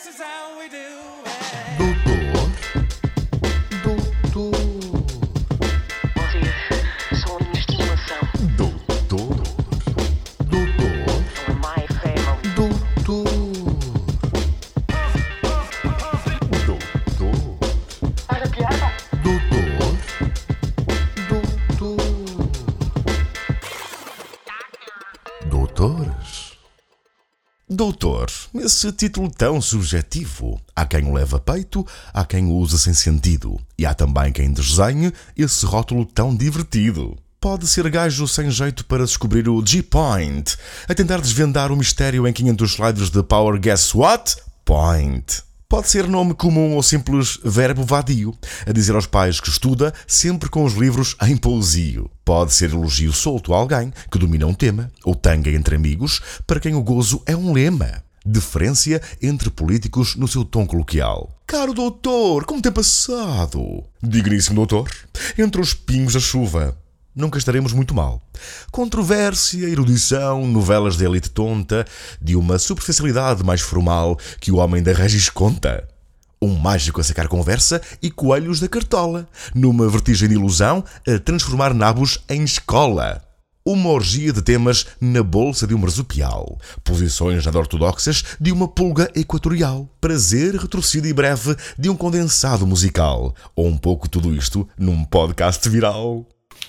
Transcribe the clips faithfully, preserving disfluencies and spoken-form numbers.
Doutor, doutor, Vocês são a minha estimação. doutor, doutor, São my family. doutor, doutor, Olha a piada. doutor, doutor, doutores. Doutor, esse título tão subjetivo. Há quem o leve a peito, há quem o usa sem sentido. E há também quem desenhe esse rótulo tão divertido. Pode ser gajo sem jeito para descobrir o G-Point, a tentar desvendar o mistério em quinhentos slides de Power Guess What? Point. Pode ser nome comum ou simples verbo vadio, a dizer aos pais que estuda sempre com os livros em pousio. Pode ser elogio solto a alguém que domina um tema, ou tanga entre amigos, para quem o gozo é um lema. Deferência entre políticos no seu tom coloquial. Caro doutor, como tem passado? Digníssimo doutor, entre os pingos da chuva. Nunca estaremos muito mal. Controvérsia, erudição, novelas de elite tonta, de uma superficialidade mais formal que o homem da Regis conta. Um mágico a sacar conversa e coelhos da cartola, numa vertigem de ilusão a transformar nabos em escola. Uma orgia de temas na bolsa de um marsupial, posições nada ortodoxas de uma pulga equatorial, prazer retorcido e breve de um condensado musical, ou um pouco tudo isto num podcast viral.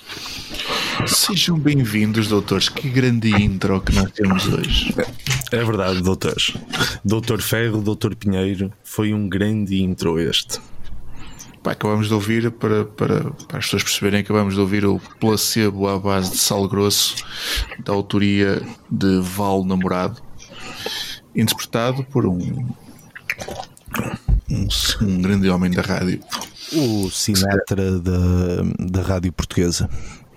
Sejam bem-vindos, doutores. Que grande intro que nós temos hoje. É verdade, doutores. Doutor Ferro, Doutor Pinheiro, foi um grande intro este. Pá, acabamos de ouvir, para, para, para as pessoas perceberem, acabamos de ouvir o Placebo à base de sal grosso, da autoria de Val Namorado, interpretado por um, um, um grande homem da rádio. O Sinatra da, da Rádio Portuguesa.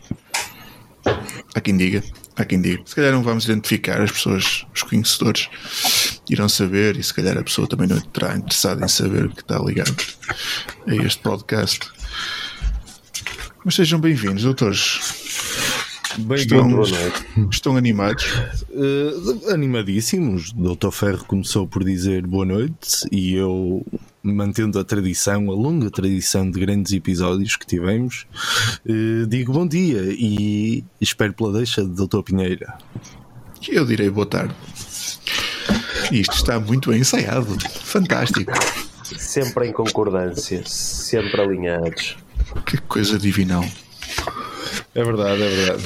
Há quem diga, há quem diga. Se calhar não vamos identificar, as pessoas, os conhecedores irão saber, e se calhar a pessoa também não estará interessada em saber o que está ligado a este podcast. Mas sejam bem-vindos, doutores. Bem, Estão, boa noite. estão animados? Uh, animadíssimos. Doutor Ferro começou por dizer boa noite e eu, mantendo a tradição, a longa tradição de grandes episódios que tivemos, uh, digo bom dia e espero pela deixa de doutor Pinheiro. Eu direi boa tarde. Isto está muito bem ensaiado. Fantástico. Sempre em concordância, sempre alinhados. Que coisa divinal. É verdade, é verdade.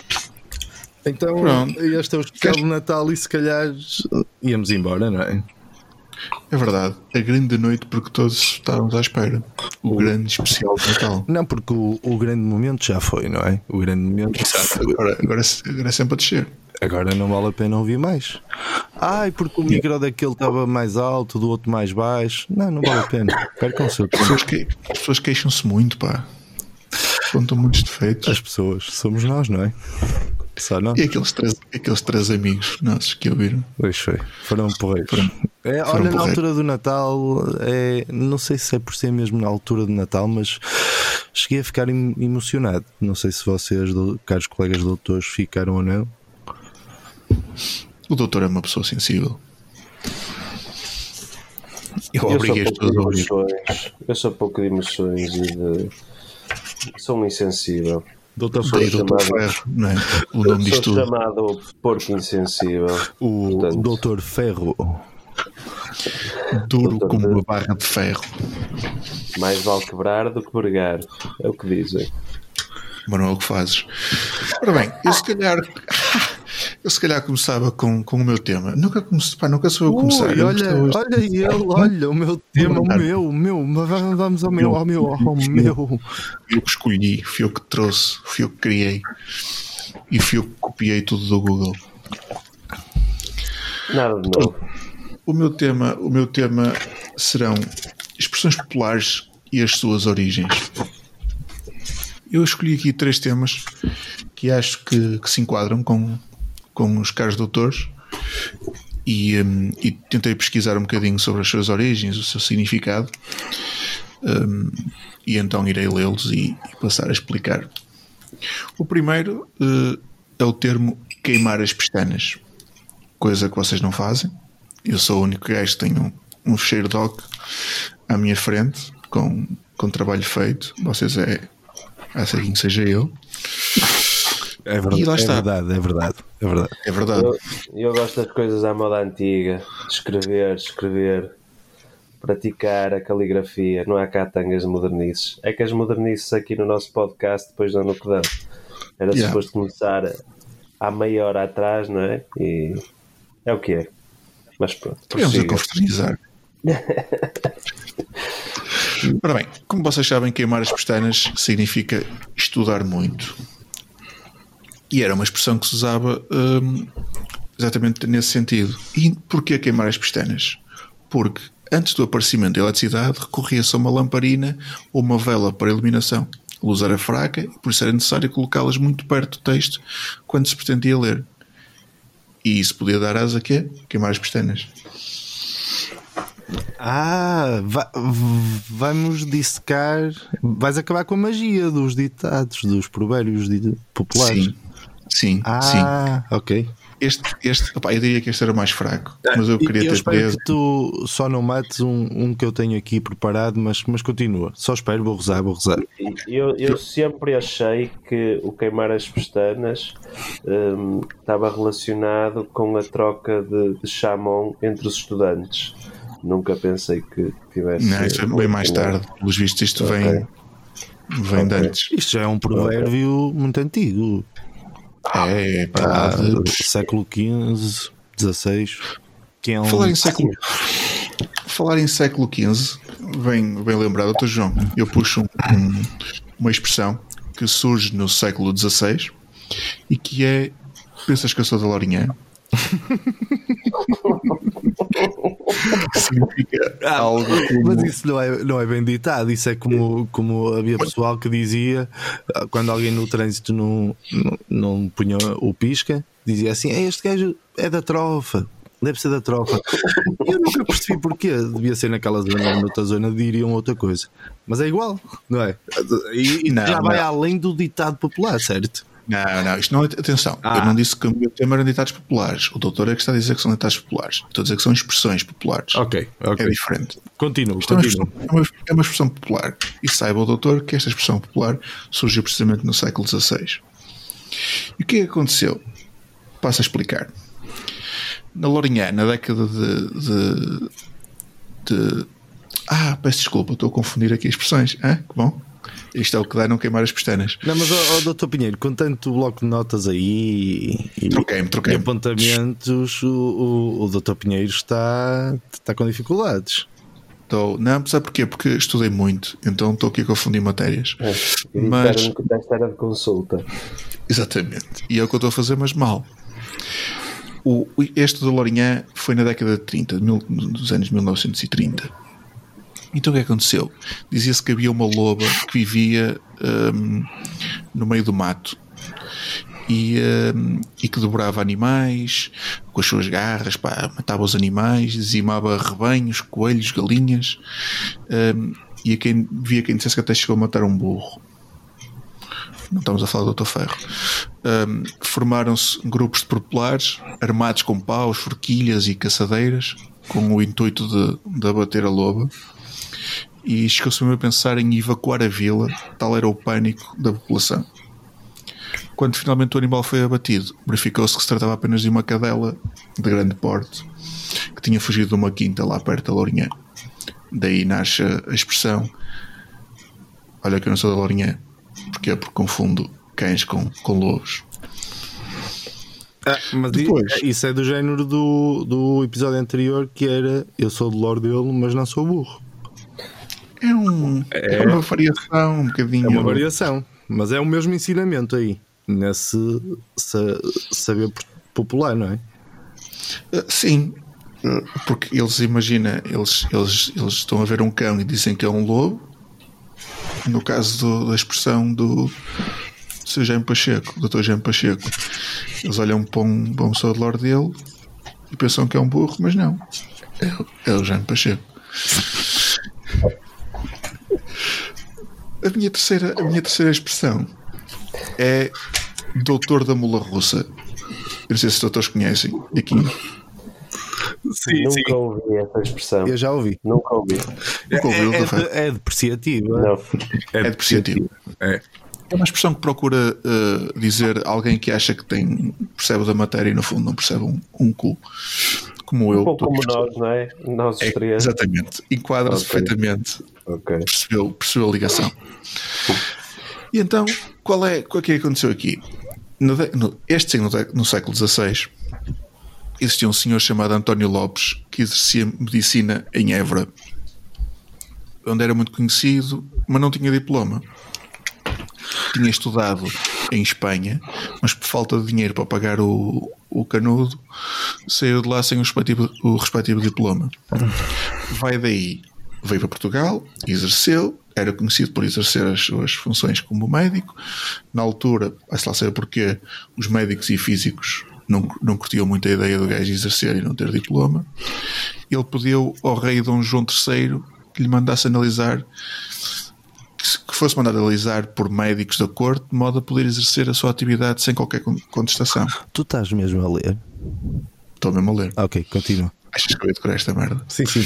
Então, Pronto. este é o especial de Natal e se calhar íamos embora, não é? É verdade. A grande noite porque todos estávamos à espera. O, o... grande especial de Natal. Não, porque o, o grande momento já foi, não é? O grande momento. Exato. Agora, agora, agora é sempre a descer. Agora não vale a pena ouvir mais. Ai, porque o micro daquele estava mais alto, do outro mais baixo. Não, não vale a pena. Percam o seu tempo. As pessoas, que... As pessoas queixam-se muito, pá. Contam muitos defeitos. As pessoas, somos nós, não é? Só nós. E aqueles três, aqueles três amigos nossos que ouviram. Pois foi, foram porreiros. Foram, é, foram olha, porreiros. Na altura do Natal, é, não sei se é por ser mesmo na altura do Natal, mas cheguei a ficar emocionado. Não sei se vocês, caros colegas doutores, ficaram ou não. O doutor é uma pessoa sensível. Eu, Eu obriguei as pessoas a ouvir. Eu sou pouco de emoções e de... sou muito insensível. Doutor Sou Ferro, doutor Ferro, não é? O nome disto Sou tudo. chamado porco insensível. o Portanto, Doutor Ferro. Duro doutor como de- uma barra de ferro. mais vale quebrar do que pregar. É o que dizem. Mas não é o que fazes. Ora bem, eu se calhar eu se calhar começava com, com o meu tema. Nunca comecei, pá, nunca sou eu a começar. Ui, Eu olha, gostava- olha ele, olha o meu tema, o meu, o meu, vamos ao meu, ao meu, ao meu. Fui eu que escolhi, fui eu que trouxe, fui eu que criei e fui eu que copiei tudo do Google. Nada de novo. O meu tema, o meu tema serão expressões populares e as suas origens. Eu escolhi aqui três temas que acho que, que se enquadram com, com os caros doutores e, um, e tentei pesquisar um bocadinho sobre as suas origens, o seu significado, um, e então irei lê-los e, e passar a explicar. O primeiro uh, é o termo queimar as pestanas, coisa que vocês não fazem. Eu sou o único gajo que tenho um fecheiro doc à minha frente com, com trabalho feito. Vocês é assim que seja eu. É verdade, E lá é está. verdade, é verdade, é verdade. É verdade. Eu, eu gosto das coisas à moda antiga, de escrever, escrever, praticar a caligrafia. Não há cá tangas de modernices. É que as modernices aqui no nosso podcast depois dão no que dão. Era Yeah. suposto começar há meia hora atrás, não é? E é o que é. Mas pronto. Podemos a prossiga. confraternizar. Ora bem, como vocês sabem, queimar as pestanas significa estudar muito. E era uma expressão que se usava hum, exatamente nesse sentido. E porquê queimar as pestanas? Porque antes do aparecimento da eletricidade recorria-se a uma lamparina ou uma vela para iluminação. A luz era fraca e por isso era necessário colocá-las muito perto do texto quando se pretendia ler. E isso podia dar asa a quê? Queimar as pestanas. Ah, va- vamos dissecar. Vais acabar com a magia dos ditados, dos provérbios dit- populares. Sim, sim, sim. Ah, ok. Este, este, opá, eu diria que este era o mais fraco, mas eu queria eu ter espero preso. que tu só não mates um, um que eu tenho aqui preparado, mas, mas continua. Só espero, vou rezar, vou rezar. Eu, eu sempre achei que o queimar as pestanas hum, estava relacionado com a troca de, de chamon entre os estudantes. Nunca pensei que tivesse. Não, isso é bem mais tarde. Pelos vistos, isto Ok. vem, vem de Ok. antes. Isto já é um provérbio muito antigo. É, pá, Ah, de- século quinze, dezasseis. Que é um... falar em século falar em século quinze, bem, bem lembrado, doutor João. Eu puxo um- um- uma expressão que surge no século dezasseis e que é: pensas que eu sou da Lourinhã? Significa algo como... Mas isso não é, não é bem ditado. Isso é como, como havia pessoal que dizia, quando alguém no trânsito não, não, não punha o pisca, dizia assim: este gajo é da trofa, deve ser da trofa. Eu nunca percebi porquê. Devia ser naquela zona, noutra zona diriam outra coisa. Mas é igual, não é? E, e Não, já vai não. além do ditado popular, certo? Não, não, isto não é. Atenção, Ah. eu não disse que o meu tema eram ditados populares. O doutor é que está a dizer que são ditados populares. Estou a dizer que são expressões populares. Ok, ok. É diferente. Continuo, Isto é uma, continuo. expressão, é, uma, é uma expressão popular. E saiba o doutor que esta expressão popular surgiu precisamente no século dezasseis. E o que é que aconteceu? Passo a explicar. Na Lourinhã, na década de, de, de- Ah, peço desculpa, estou a confundir aqui as expressões. Hã? Que bom. Isto é o que dá não queimar as pestanas. Não, mas, ó, ó, doutor Pinheiro, com tanto bloco de notas aí e, Troquei-me, e troquei-me. apontamentos, o, o, o doutor Pinheiro está, está com dificuldades. Estou... Não, sabe porquê? Porque estudei muito, então estou aqui a confundir matérias. É, e Mas- disseram-me que o teste era de consulta. Exatamente. E é o que eu estou a fazer, mas mal. O, o- este do Lourinhã foi na década de trinta, de mil- dos anos mil novecentos e trinta. Então o que aconteceu? Dizia-se que havia uma loba que vivia hum, no meio do mato e, hum, e que devorava animais com as suas garras, pá, matava os animais, dizimava rebanhos, coelhos, galinhas, hum, e a quem, via quem dissesse que até chegou a matar um burro. Não estamos a falar do doutor Ferro. Um, formaram-se grupos de populares armados com paus, forquilhas e caçadeiras com o intuito de, de abater a loba, e chegou-se mesmo a pensar em evacuar a vila, tal era o pânico da população. Quando finalmente o animal foi abatido, verificou-se que se tratava apenas de uma cadela de grande porte que tinha fugido de uma quinta lá perto da Lourinhã. Daí nasce a expressão: olha que eu não sou da Lourinhã. Porquê? Porque confundo cães com, com lobos. Ah, mas Depois. i- isso é do género do, do episódio anterior, que era: eu sou do Lord dele, mas não sou burro. É, um, é uma variação um bocadinho. É uma variação, mas é o mesmo ensinamento aí, nesse sa- saber popular, não é? Uh, sim, Uh, porque eles, imagina, eles, eles, eles estão a ver um cão e dizem que é um lobo. No caso do- da expressão do seu Jaime Pacheco, do doutor Jaime Pacheco, eles olham para um, para um pessoa de Lorde dele e pensam que é um burro, mas não, é, o- é o Jaime Pacheco. A minha terceira, a minha terceira expressão é doutor da mula russa. Eu não sei se os doutores conhecem aqui. Sim, Nunca sim. ouvi essa expressão. Eu já ouvi. Nunca ouvi. Nunca ouviu, É, é, Doutor de- é depreciativo. Não. É, É depreciativo. É. É uma expressão que procura uh, dizer alguém que acha que tem, percebe da matéria e no fundo não percebe um, um cu. Como eu. Um pouco tô- como nós, não é? Nós É, três. exatamente. Enquadra-se Ok. perfeitamente. Ok. Percebeu, percebeu a ligação. E então, qual é, qual é que aconteceu aqui? No, de- no, este sim, no, de- no século dezasseis, existia um senhor chamado António Lopes que exercia medicina em Évora, onde era muito conhecido, mas não tinha diploma. Tinha estudado em Espanha, mas por falta de dinheiro para pagar o, o canudo, saiu de lá sem o respectivo, o respectivo diploma. Vai daí, veio para Portugal, exerceu, era conhecido por exercer as suas funções como médico. Na altura, vai-se lá saber porquê, os médicos e físicos não, não curtiam muito a ideia do gajo exercer e não ter diploma. Ele pediu ao rei Dom João terceiro que lhe mandasse analisar, que fosse mandado analisar por médicos da corte, de modo a poder exercer a sua atividade sem qualquer con- contestação. Tu estás mesmo a ler? Estou mesmo a ler. Ok, continua. Achas que eu ia decorar esta merda? Sim, sim.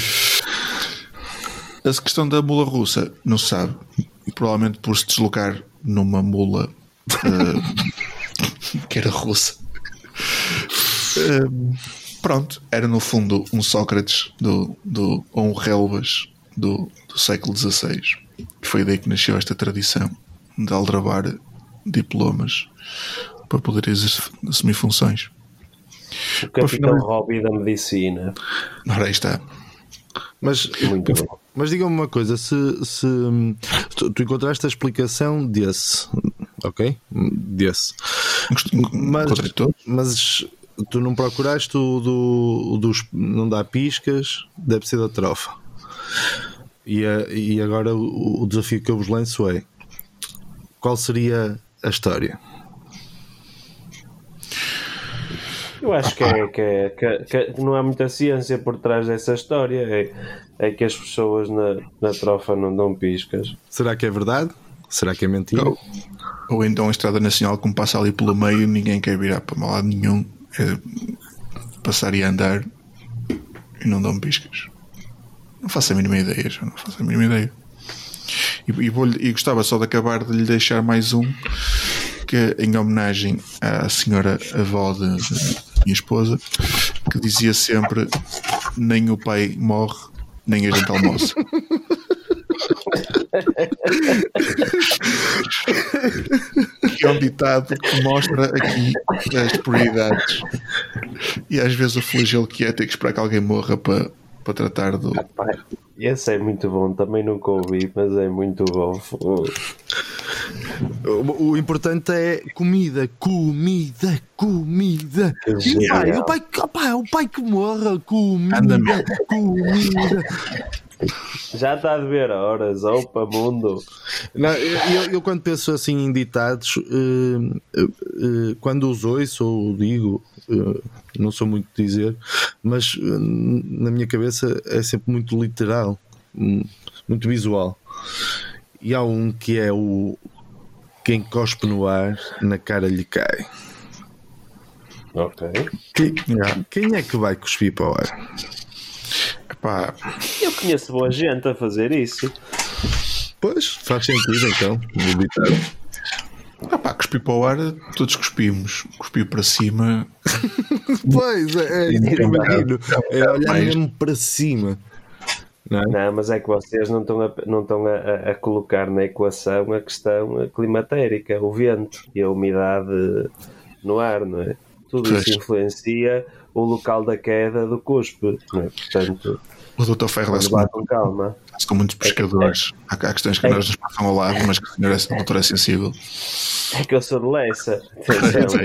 A questão da mula russa não se sabe. Provavelmente por se deslocar numa mula uh, que era russa. Uh, pronto, era no fundo um Sócrates do, do, ou um Relvas do, do século dezasseis. Foi daí que nasceu esta tradição de aldrabar diplomas para poder exercer, assumir funções. O Capitão finalizar- Robbie da medicina. Ora, aí está. Mas, Muito bom. mas diga-me uma coisa: se, se tu, tu encontraste a explicação desse, ok? Desse, mas, Encontrei todos. mas tu não procuraste o do, o dos não dá piscas, deve ser da trofa. E, a- e agora o, o desafio que eu vos lanço é: qual seria a história? Eu acho que, é, que, é, que, que não há muita ciência por trás dessa história. É, é que as pessoas na, na trofa não dão piscas. Será que é verdade? Será que é mentira? Ou, ou então a Estrada Nacional, como passa ali pelo meio, ninguém quer virar para lado nenhum. É passar e andar e não dão piscas. Não faço a mínima ideia, já não faço a mínima ideia. E, e, vou e gostava só de acabar de lhe deixar mais um, que em homenagem à senhora avó de, de minha esposa, que dizia sempre: nem o pai morre, nem a gente almoça. Que é um ditado que mostra aqui as prioridades e às vezes o flagelo que é ter que esperar que alguém morra para, para tratar do. Pai, esse é muito bom. Também nunca ouvi, mas é muito bom. O, o importante é comida, comida, comida. Que E o pai, genial. o pai, opá, o pai que morra, comida, Anda, meu. comida. Já está a ver horas. Opa, mundo. Não, eu, eu- eu quando penso assim em ditados, eh, eh, eh, quando os ouço ou digo, eh, não sou muito de dizer, mas eh, na minha cabeça é sempre muito literal, hum, muito visual. E há um que é o quem cospe no ar, na cara lhe cai. Ok. Quem, Yeah. quem é que vai cuspir para o ar? Epá, Eu conheço boa gente a fazer isso. Pois, faz sentido então, no ditado. epá, cuspir para o ar, todos cuspimos. Cuspir para cima. Pois, é, é isso que eu imagino. É olhar mais- mesmo para cima. Não é? Não, mas é que vocês não estão, a, não estão a, a- a colocar na equação a questão climatérica, o vento e a umidade no ar, não é? Tudo Pois. isso influencia o local da queda do cuspe, não é? Portanto, O doutor Ferro dá-se com, vá com calma. dá-se com muitos pescadores. Há, há questões que nós nos passam ao lado, mas que o senhor é, o doutor é sensível. É que eu sou de Leça. Atenção.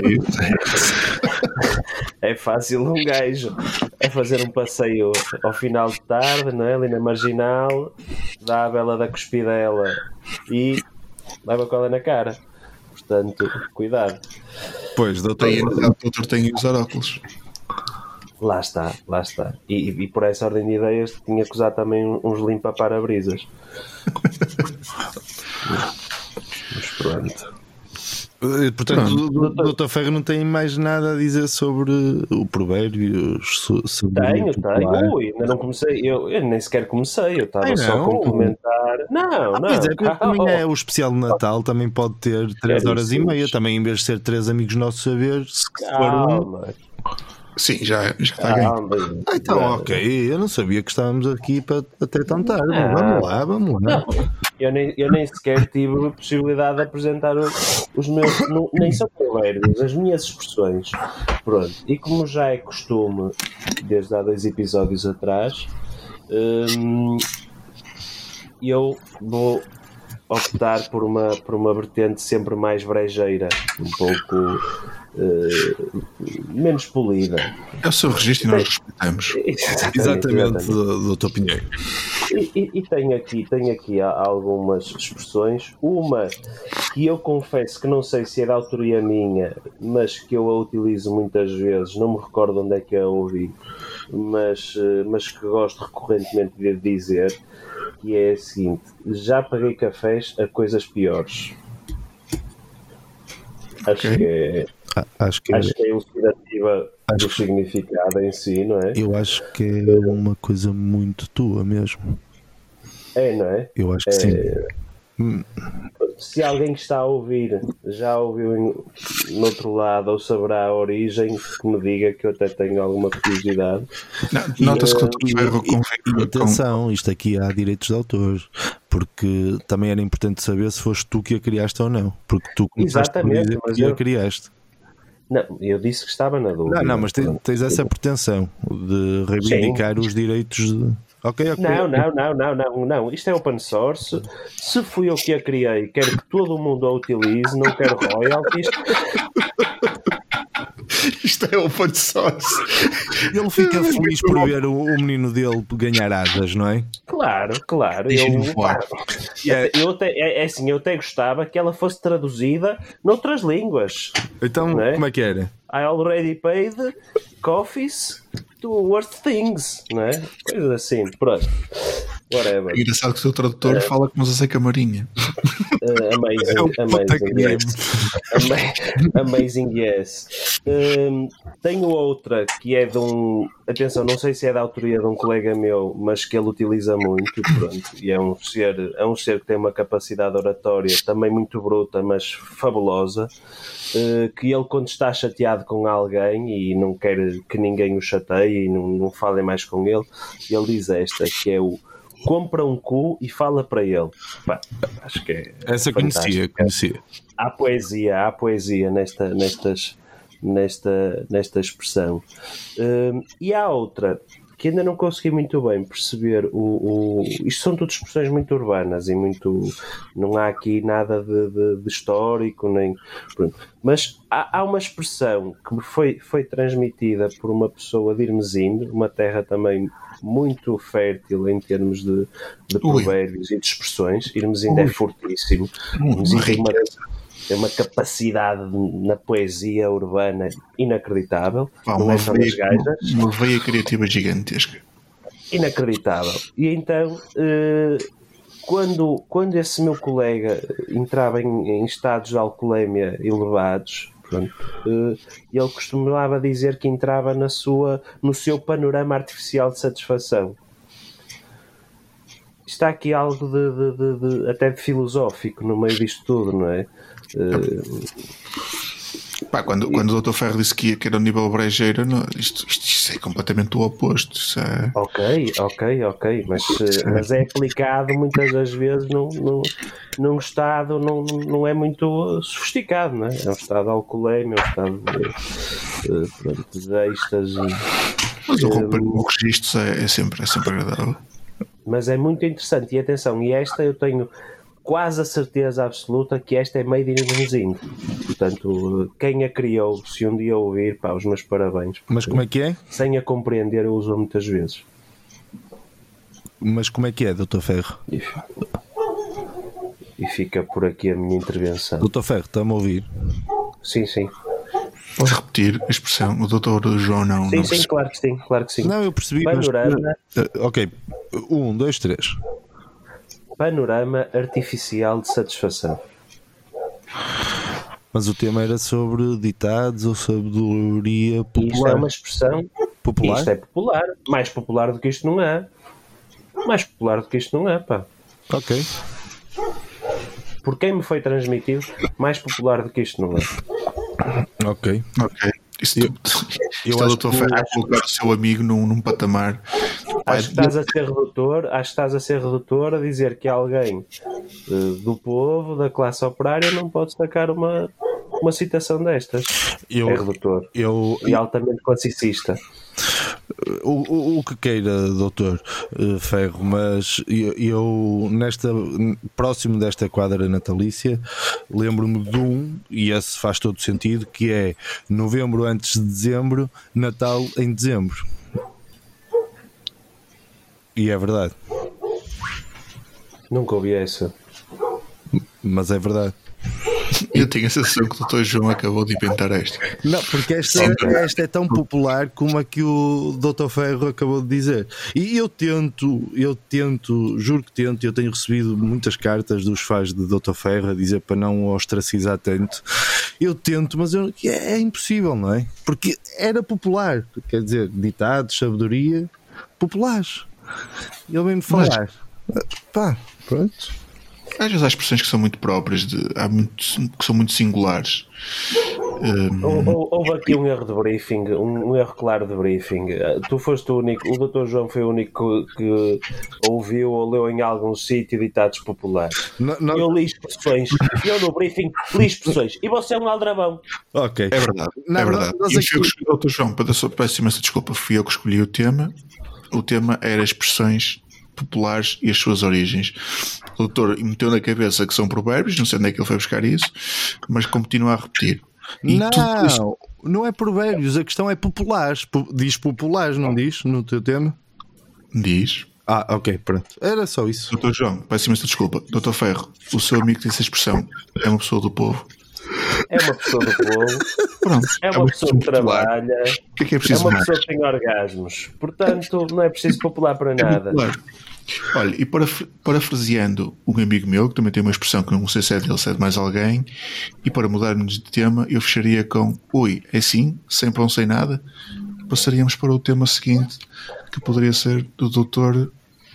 É, É fácil um gajo a fazer um passeio ao final de tarde, não é? Ali na Marginal, dá a bela da cuspidela e leva a cola na cara. Portanto, cuidado. Pois, doutor. tem, o doutor tem que usar óculos. Lá está, lá está. E, e por essa ordem de ideias tinha que usar também uns limpa-parabrisas. Mas pronto. Eh, Portanto, Pronto. o doutor doutor Ferro não tem mais nada a dizer sobre o provérbio, so- sobre Tenho, o popular. tenho. Ui, ainda não comecei. Eu, eu nem sequer comecei. Eu estava Ai, só a não? complementar. Não, Ah, não. pois é, porque também é calma. o especial de Natal, também pode ter três horas e Caríssimos. meia. Também, em vez de ser três amigos nossos a ver, se for um. Calma. Sim, já, já está ganho. Calma. Ah, então, Não. ok, eu não sabia que estávamos aqui para até tão tarde. Não. Vamos lá, vamos lá. Não, eu nem, eu nem sequer tive a possibilidade de apresentar o- os meus, não- nem são provérbios, as minhas expressões. Pronto, e como já é costume, desde há dois episódios atrás, hum, eu vou optar por uma, por uma vertente sempre mais brejeira, um pouco eh, menos polida. É o seu registro e nós respeitamos. Exatamente, doutor Pinheiro. E, e, e tenho aqui, tenho aqui há- algumas expressões. Uma que eu confesso que não sei se é de autoria minha, mas que eu a utilizo muitas vezes, não me recordo onde é que a ouvi, mas, eh, mas que gosto recorrentemente de dizer, que é a seguinte: já paguei cafés a coisas piores. Acho Ok. que é, Ah, Acho que é, acho que é elucidativa Acho do que- significado em si, não é? eu acho que é uma coisa muito tua mesmo. É, não é? Eu acho que sim. Hum, Se alguém que está a ouvir já ouviu em, no outro lado ou saberá a origem, que me diga, que eu até tenho alguma curiosidade. Não, Nota-se que o doutor E, Ferro e- e com, atenção, isto aqui há direitos de autor, porque também era importante saber se foste tu que a criaste ou não, porque tu começaste por Exatamente, dizer mas que a eu- criaste. Não, eu disse que estava na dúvida. Não, não, mas tens, tens essa pretensão de reivindicar os direitos de... Ok, ok. Não, não, não, não, não, não. Isto é open source. Se fui eu que a criei, quero que todo mundo a utilize, não quero royalties. Isto é open source. Ele fica feliz por ver o, o menino dele ganhar asas, não é? Claro, claro. Deixa-me Eu, voar. eu, eu até, é, é assim, eu até gostava que ela fosse traduzida noutras línguas. Então, Não é? como é que era? I already paid coffees to worst things, não é? Coisas assim, pronto. Whatever. É engraçado que o seu tradutor fala como se fosse camarinha. Uh, amazing, amazing, yes. Ama- amazing, yes. Um, tenho outra que é de um. Atenção, não sei se é da autoria de um colega meu, mas que ele utiliza muito. Pronto, e é um ser, é um ser que tem uma capacidade oratória também muito bruta, mas fabulosa. Uh, que ele, quando está chateado com alguém e não quer que ninguém o chateie e não, não falem mais com ele, ele diz esta, que é o: compra um cu e fala para ele. Pá, acho que é Essa conhecia, fantástico. conhecia. Há poesia, há poesia nesta, nestas, nesta, nesta expressão. Hum, e há outra que ainda não consegui muito bem perceber. O, o, isto são tudo expressões muito urbanas e muito. Não há aqui nada de, de, de histórico, nem. Pronto. Mas há, há uma expressão que me foi, foi transmitida por uma pessoa de Irmesinde, uma terra também muito fértil em termos de, de provérbios e de expressões. Irmesinde é fortíssimo. Irmesinde tem uma, tem uma capacidade na poesia urbana inacreditável. Pá, Não uma, é só nas veia, gajas. uma veia criativa gigantesca. Inacreditável. E então, eh, quando, quando esse meu colega entrava em, em estados de alcoolemia elevados, pronto, eh, ele costumava dizer que entrava na sua, no seu panorama artificial de satisfação. Está aqui algo de, de, de, de, até de filosófico no meio disto tudo, não é? Eh, Pá, quando, quando o doutor Ferro disse que, ia, que era o nível brejeiro, não, isto, isto, isto é completamente o oposto. Isso é... Ok, ok, ok, mas, eh, mas é aplicado muitas das vezes num, num, num estado não, não é muito sofisticado, não é? É um estado de alcoolemia, é um estado de, eh, pronto, de êxtase, Mas o, o registro é, é, sempre, é sempre agradável. mas é muito interessante. E atenção, e esta eu tenho quase a certeza absoluta que esta é made in Irmesinde. Portanto, quem a criou, se um dia ouvir, pá, os meus parabéns. Mas como é que é? Sem a compreender, eu uso muitas vezes. Mas como é que é, doutor Ferro? E, e fica por aqui a minha intervenção. doutor Ferro, está-me a ouvir? Sim, sim. Pode repetir a expressão? O doutor João não. Sim, não sim, percebe. claro que sim, claro que sim. Não, eu percebi. Panorama. Mas... Uh, ok, um, dois, três. Panorama artificial de satisfação. Mas o tema era sobre ditados ou sabedoria Isto é popular. uma expressão. Popular? Isto é popular. Mais popular do que isto não é. Mais popular do que isto não é, pá. Ok. Por quem me foi transmitido, mais popular do que isto não é. Ok. Ok. Isto, Eu- isto eu é o acho doutor que- Ferro a colocar o seu amigo num, num patamar. Acho que estás a ser redutor, acho que estás a ser redutor a dizer que alguém eh, do povo, da classe operária, não pode sacar uma, uma citação destas. Eu, É redutor. eu, E altamente classicista. O, o, o que queira, doutor eh, Ferro, mas eu, eu nesta, próximo desta quadra natalícia, lembro-me de um, e esse faz todo sentido, que é novembro antes de dezembro, Natal em dezembro. E é verdade, Nunca ouvi essa. mas é verdade. Eu tenho a sensação que o doutor João acabou de inventar esta. Não, porque esta, esta é tão popular como a que o doutor Ferro acabou de dizer. E eu tento, eu tento, juro que tento, eu tenho recebido muitas cartas dos fãs de doutor Ferro a dizer para não o ostracizar tanto. Eu tento, mas eu, é, é impossível, não é? Porque era popular, quer dizer, ditados, sabedoria, populares. Ele vem-me falar. Pá, pronto. Às vezes há expressões que são muito próprias, de, há muito, que são muito singulares. Um, Hou- hou- Houve aqui um erro de briefing, um, um erro claro de briefing. Eh, Tu foste o único, o doutor João foi o único que, que ouviu ou leu em algum sítio ditados populares. Não- não- Eu li expressões, eu no briefing li expressões. E você é um aldrabão. Ok. É verdade, Não, é verdade. nós E aqui- fui eu que escolhi, doutor João, peço peço imensa desculpa, fui eu que escolhi o tema. O tema era expressões populares e as suas origens. O doutor meteu na cabeça que são provérbios, não sei onde é que ele foi buscar isso, mas continua a repetir. E Não, tudo isto- não é provérbios, a questão é populares. Po- Diz populares, não diz? No teu tema? diz. Ah, ok, pronto. Era só isso. Doutor João, peço imensa desculpa. Doutor Ferro, o seu amigo disse a expressão, é uma pessoa do povo. É uma pessoa do povo, Pronto, é uma pessoa que popular. trabalha, O que é que é é preciso uma mais? pessoa que tem orgasmos. Portanto, não é preciso popular para É nada. popular. Olha, e paraf- parafraseando um amigo meu, que também tem uma expressão que não sei se é dele, se é de mais alguém, e para mudarmos de tema, eu fecharia com ui, é assim, sem pão, sem nada. Passaríamos para o tema seguinte, que poderia ser do doutor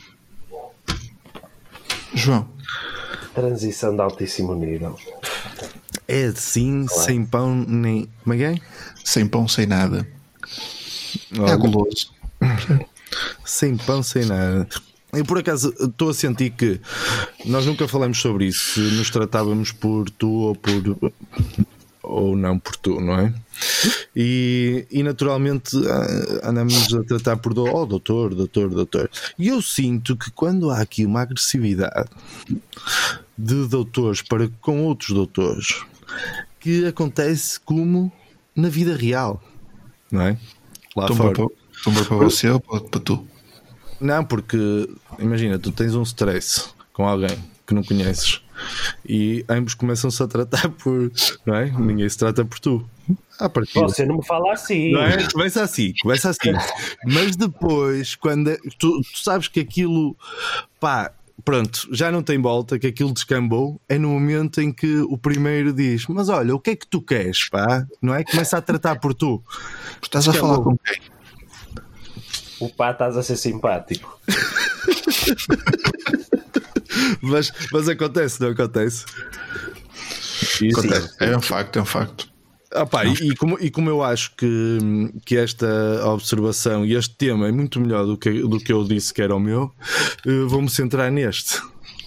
João. Transição de altíssimo nível. É assim, sem pão nem. Como é que é? Sem pão, sem nada. É Olha, guloso. sem pão, sem nada. Eu por acaso estou a sentir que nós nunca falamos sobre isso, se nos tratávamos por tu ou por ou não por tu, não é? E, e naturalmente ah, andamos a tratar por do, oh, doutor, doutor, doutor. E eu sinto que quando há aqui uma agressividade de doutores para com outros doutores, que acontece como na vida real, não é? Lá Tumba fora. para, tumba para você ou para, para tu? Não, porque imagina, tu tens um stress com alguém que não conheces e ambos começam-se a tratar por, não é? Ninguém se trata por tu. À partida. Você não me fala assim. Não é? Começa assim, começa assim. Mas depois, quando é- tu, tu sabes que aquilo, pá, pronto, já não tem volta, que aquilo descambou, é no momento em que o primeiro diz: mas olha, o que é que tu queres, pá? Não é? Começa a tratar por tu. Estás a falar com quem? O pá, estás a ser simpático. Mas, mas acontece, não acontece? Acontece. É um facto, é um facto. Ah, pá, e, e como, e como eu acho que, que esta observação e este tema é muito melhor do que, do que eu disse que era o meu, eh, vou-me centrar neste.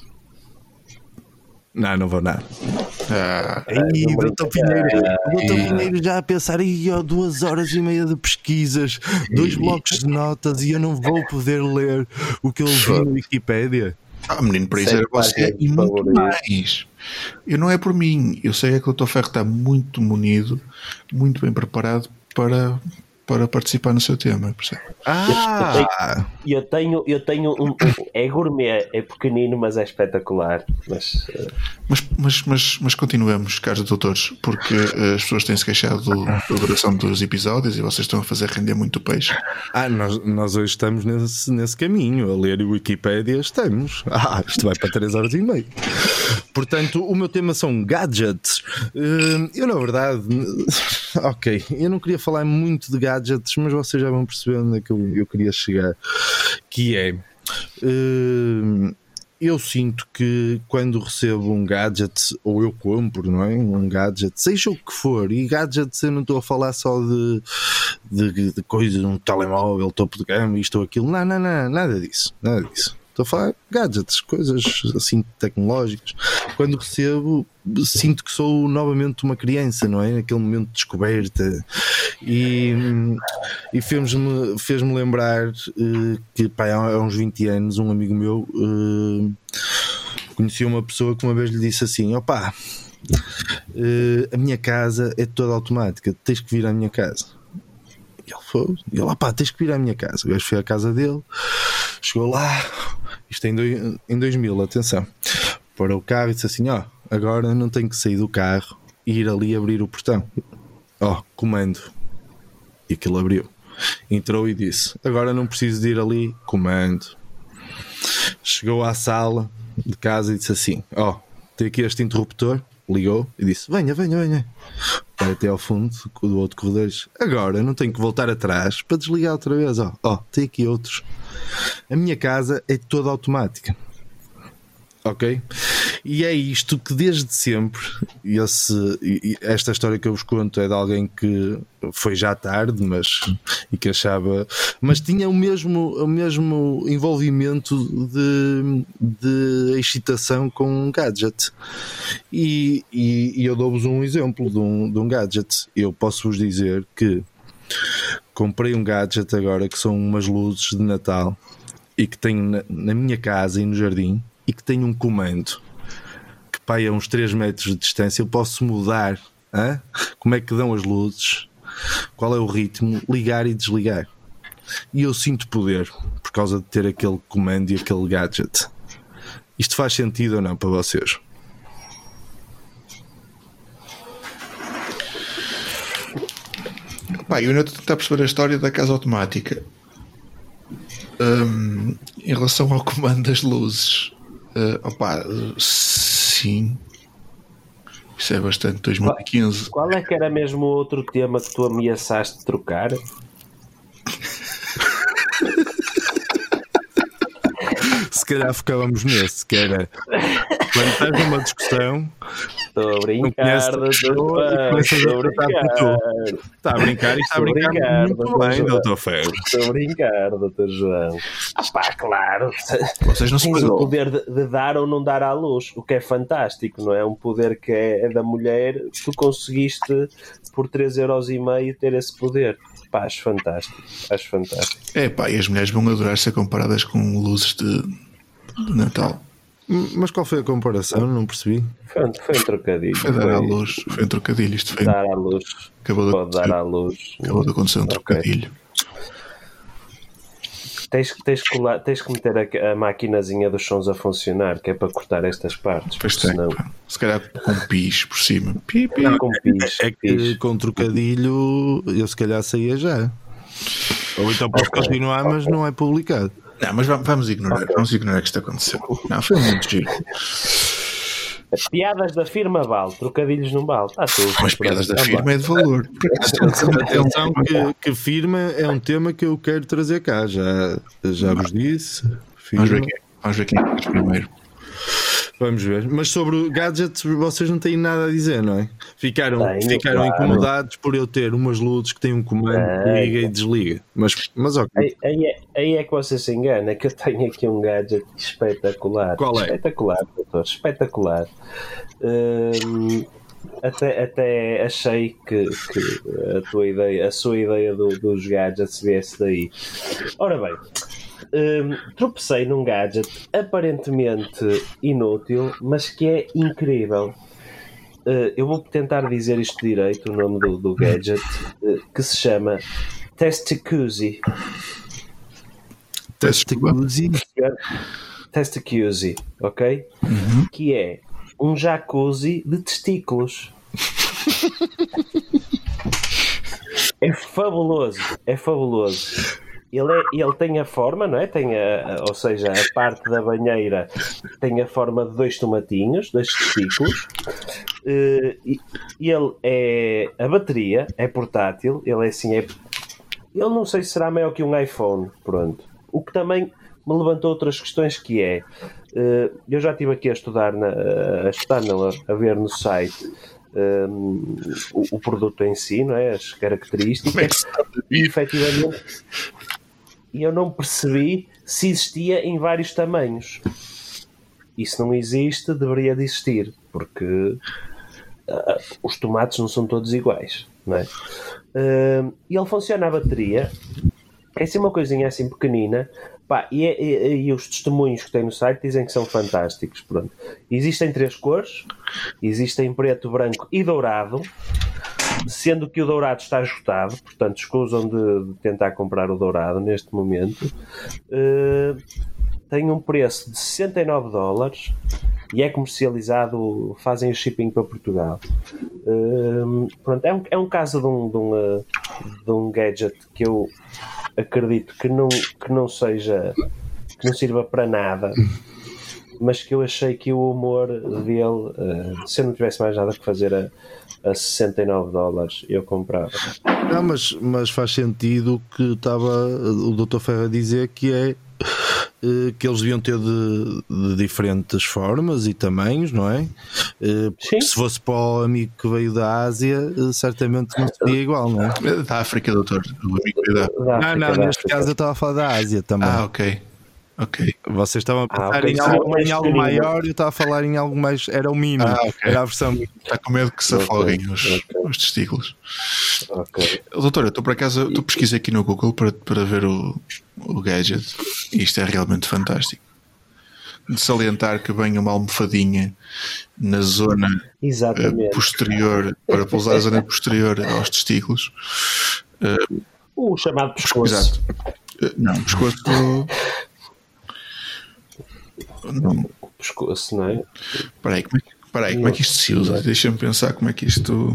Não, não vou nada. Ah, Aí, não doutor brinca. Pinheiro, o doutor E- Pinheiro já a pensar, aí, ó, duas horas e meia de pesquisas, dois blocos de notas e eu não vou poder ler o que eu vi na Wikipédia. ah, menino, para isso Sete era você páginas e de muito favorito. mais. Eu não é por mim. Eu sei é que o doutor Ferro está muito munido, muito bem preparado para, para participar no seu tema, percebe? Ah! Eu tenho, eu tenho um, um- é gourmet, é pequenino, mas é espetacular. Mas uh, Mas, mas, mas, mas continuemos, caros doutores, porque eh, as pessoas têm-se queixado do- da duração dos episódios e vocês estão a fazer render muito peixe. Ah, nós, nós hoje estamos nesse, nesse caminho. A ler o Wikipédia estamos. Ah, isto vai para três horas e meia. Portanto, o meu tema são gadgets. Hum, Eu, na verdade, ok, eu não queria falar muito de gadgets, mas vocês já vão perceber onde é que eu, eu queria chegar. Que é, hum, eu sinto que quando recebo um gadget, ou eu compro, não é? Um gadget, seja o que for, e gadgets eu não estou a falar só de, de, de coisas, um telemóvel, topo de gama, isto ou aquilo, não, não, não, nada disso, nada disso. Estou a falar de gadgets, coisas assim tecnológicas. Quando recebo, sinto que sou novamente uma criança, não é? Naquele momento de descoberta. E, e fez-me, fez-me lembrar eh, que pá, há uns vinte anos, um amigo meu eh, conhecia uma pessoa que uma vez lhe disse assim: opá, eh, a minha casa é toda automática, tens que vir à minha casa. E ele foi, e ele, pá, tens que vir à minha casa. O gajo foi à casa dele, chegou lá, isto em, dois, em dois mil, atenção, para o carro e disse assim: ó, agora não tenho que sair do carro e ir ali abrir o portão. Ó, comando. E aquilo abriu. Entrou e disse: agora não preciso de ir ali, comando. Chegou à sala de casa e disse assim: ó, tem aqui este interruptor. Ligou e disse: venha, venha, venha. Vai até ao fundo do outro corredor. Agora não tenho que voltar atrás para desligar outra vez. Ó, ó, tem aqui outros. A minha casa é toda automática. Ok? E é isto que desde sempre, esse, e esta história que eu vos conto é de alguém que foi já tarde, mas e que achava, mas tinha o mesmo, o mesmo envolvimento de, de excitação com um gadget. E, e, e eu dou-vos um exemplo de um, de um gadget. Eu posso vos dizer que comprei um gadget agora que são umas luzes de Natal e que tenho na, na minha casa e no jardim, e que tem um comando que, pá, a uns três metros de distância eu posso mudar, hein? Como é que dão as luzes, qual é o ritmo, ligar e desligar. E eu sinto poder por causa de ter aquele comando e aquele gadget. Isto faz sentido ou não para vocês? Pá, eu ainda estou a tentar perceber a história da casa automática. Hum, em relação ao comando das luzes, uh, opá, sim, isso é bastante dois mil e quinze. qual é que era mesmo o outro tema que tu ameaçaste de trocar? Se calhar focávamos nesse, que era quando estás numa discussão, Estou a não brincar, conheces a doutor pessoa e João, começas estou a a tratar brincar. por tu. Está a brincar e está a Estou a brincar, brincar, muito doutor bem, João. doutor Ferro. Estou a brincar, doutor João. Ah pá, claro. Vocês não se Tens o pagam. poder de, de dar ou não dar à luz, o que é fantástico, não é? Um poder que é, é da mulher, tu conseguiste por três euros e meio ter esse poder. Pá, acho fantástico, acho fantástico. É pá, e as mulheres vão adorar ser comparadas com luzes de, de Natal. Mas qual foi a comparação? Não percebi. Foi, um- foi um trocadilho. Foi dar à Foi luz, foi um trocadilho. Isto foi, dar à luz. acabou, de Pode dar acontecer, à luz. acabou de acontecer um Ok. trocadilho. Tens, tens, que colar- tens que meter a, a maquinazinha dos sons a funcionar, que é para cortar estas partes. Pois porque tem, senão, pá. Se calhar com um pis por cima. Pi, pi. com pis, É que pis. com trocadilho eu se calhar saía já. Ou então posso Ok. continuar, mas não é publicado. Não, mas va- vamos ignorar, vamos ignorar que isto aconteceu. Não, foi muito giro. Piadas da firma vale, trocadilhos não vale. Está tudo. Mas piadas da Tá firma bom. é de valor. Por acaso, Atenção que, que firma é um tema que eu quero trazer cá. Já, já vos disse. Firma. Vamos ver quem, vamos ver quem é primeiro. Vamos ver. Mas sobre gadgets vocês não têm nada a dizer, não é? Ficaram, Tenho, ficaram claro. incomodados por eu ter umas luzes que têm um comando que Tenho. liga e desliga. Mas, mas ok. Aí, aí é, aí é que você se engana, que eu tenho aqui um gadget espetacular. Qual é? Espetacular, doutor, espetacular. Hum, até, até achei que, que a tua ideia, a sua ideia do- dos gadgets viesse daí. Ora bem, hum, tropecei num gadget aparentemente inútil, mas que é incrível. Uh, eu vou tentar dizer isto direito, o nome do, do gadget, uh, que se chama Testacuzzi. Testacuzzi. Testacuzzi, ok? Uhum. Que é um jacuzzi de testículos. É fabuloso, é fabuloso. Ele, é, ele tem a forma, não é? Tem a, a- ou seja, a parte da banheira tem a forma de dois tomatinhos, dois testículos. Eh, e e ele é a bateria, é portátil. Ele é assim, é, ele não sei se será maior que um iPhone, pronto. O que também me levantou outras questões que é, eh, eu já estive aqui a estudar, na, a estudar não, a, a ver no site um, o, o produto em si, não é? As características e efetivamente e eu não percebi se existia em vários tamanhos. E se não existe, deveria de existir, porque uh, os tomates não são todos iguais, não é? Uh, e ele funciona a bateria, é assim uma coisinha assim pequenina, pá, e, e, e os testemunhos que tem no site dizem que são fantásticos. Pronto. Existem três cores, existem preto, branco e dourado, sendo que o dourado está esgotado, portanto escusam de, de tentar comprar o dourado neste momento. Uh, tem um preço de sessenta e nove dólares e é comercializado, fazem o shipping para Portugal. Uh, pronto, é, um, é um caso de um, de, um, uh, de um gadget que eu acredito que não, que não seja, que não sirva para nada, mas que eu achei que o humor dele, uh, se eu não tivesse mais nada que fazer a, a sessenta e nove dólares, eu comprava. Não, mas, mas faz sentido que estava o doutor Ferro a dizer que é eh, que eles deviam ter de, de diferentes formas e tamanhos, não é? Eh, porque Sim. se fosse para o amigo que veio da Ásia, eh, certamente não seria igual, não é? Da África, doutor. O amigo da... Da Não, África, não, da neste África. caso eu estava a falar da Ásia também. Ah, ok. Ok. Vocês estavam a Ah, pensar ok, em, sim, algo, mais em algo pequenino. maior e eu estava a falar em algo mais. Era o mínimo, Ah, ok. era a versão. Está com medo que se Ok, afoguem os, ok. os testículos. Ok. Doutor, eu estou por acaso, estou pesquisei aqui no Google para, para ver o, o gadget e isto é realmente fantástico. De salientar que vem uma almofadinha na zona eh, Exatamente. posterior, para pousar a zona posterior aos testículos. O chamado pescoço. Exato. Eh, Não, pescoço. Não, O pescoço, não é? espera aí, como é que, espera aí, como é que isto se usa? Deixa-me pensar como é que isto.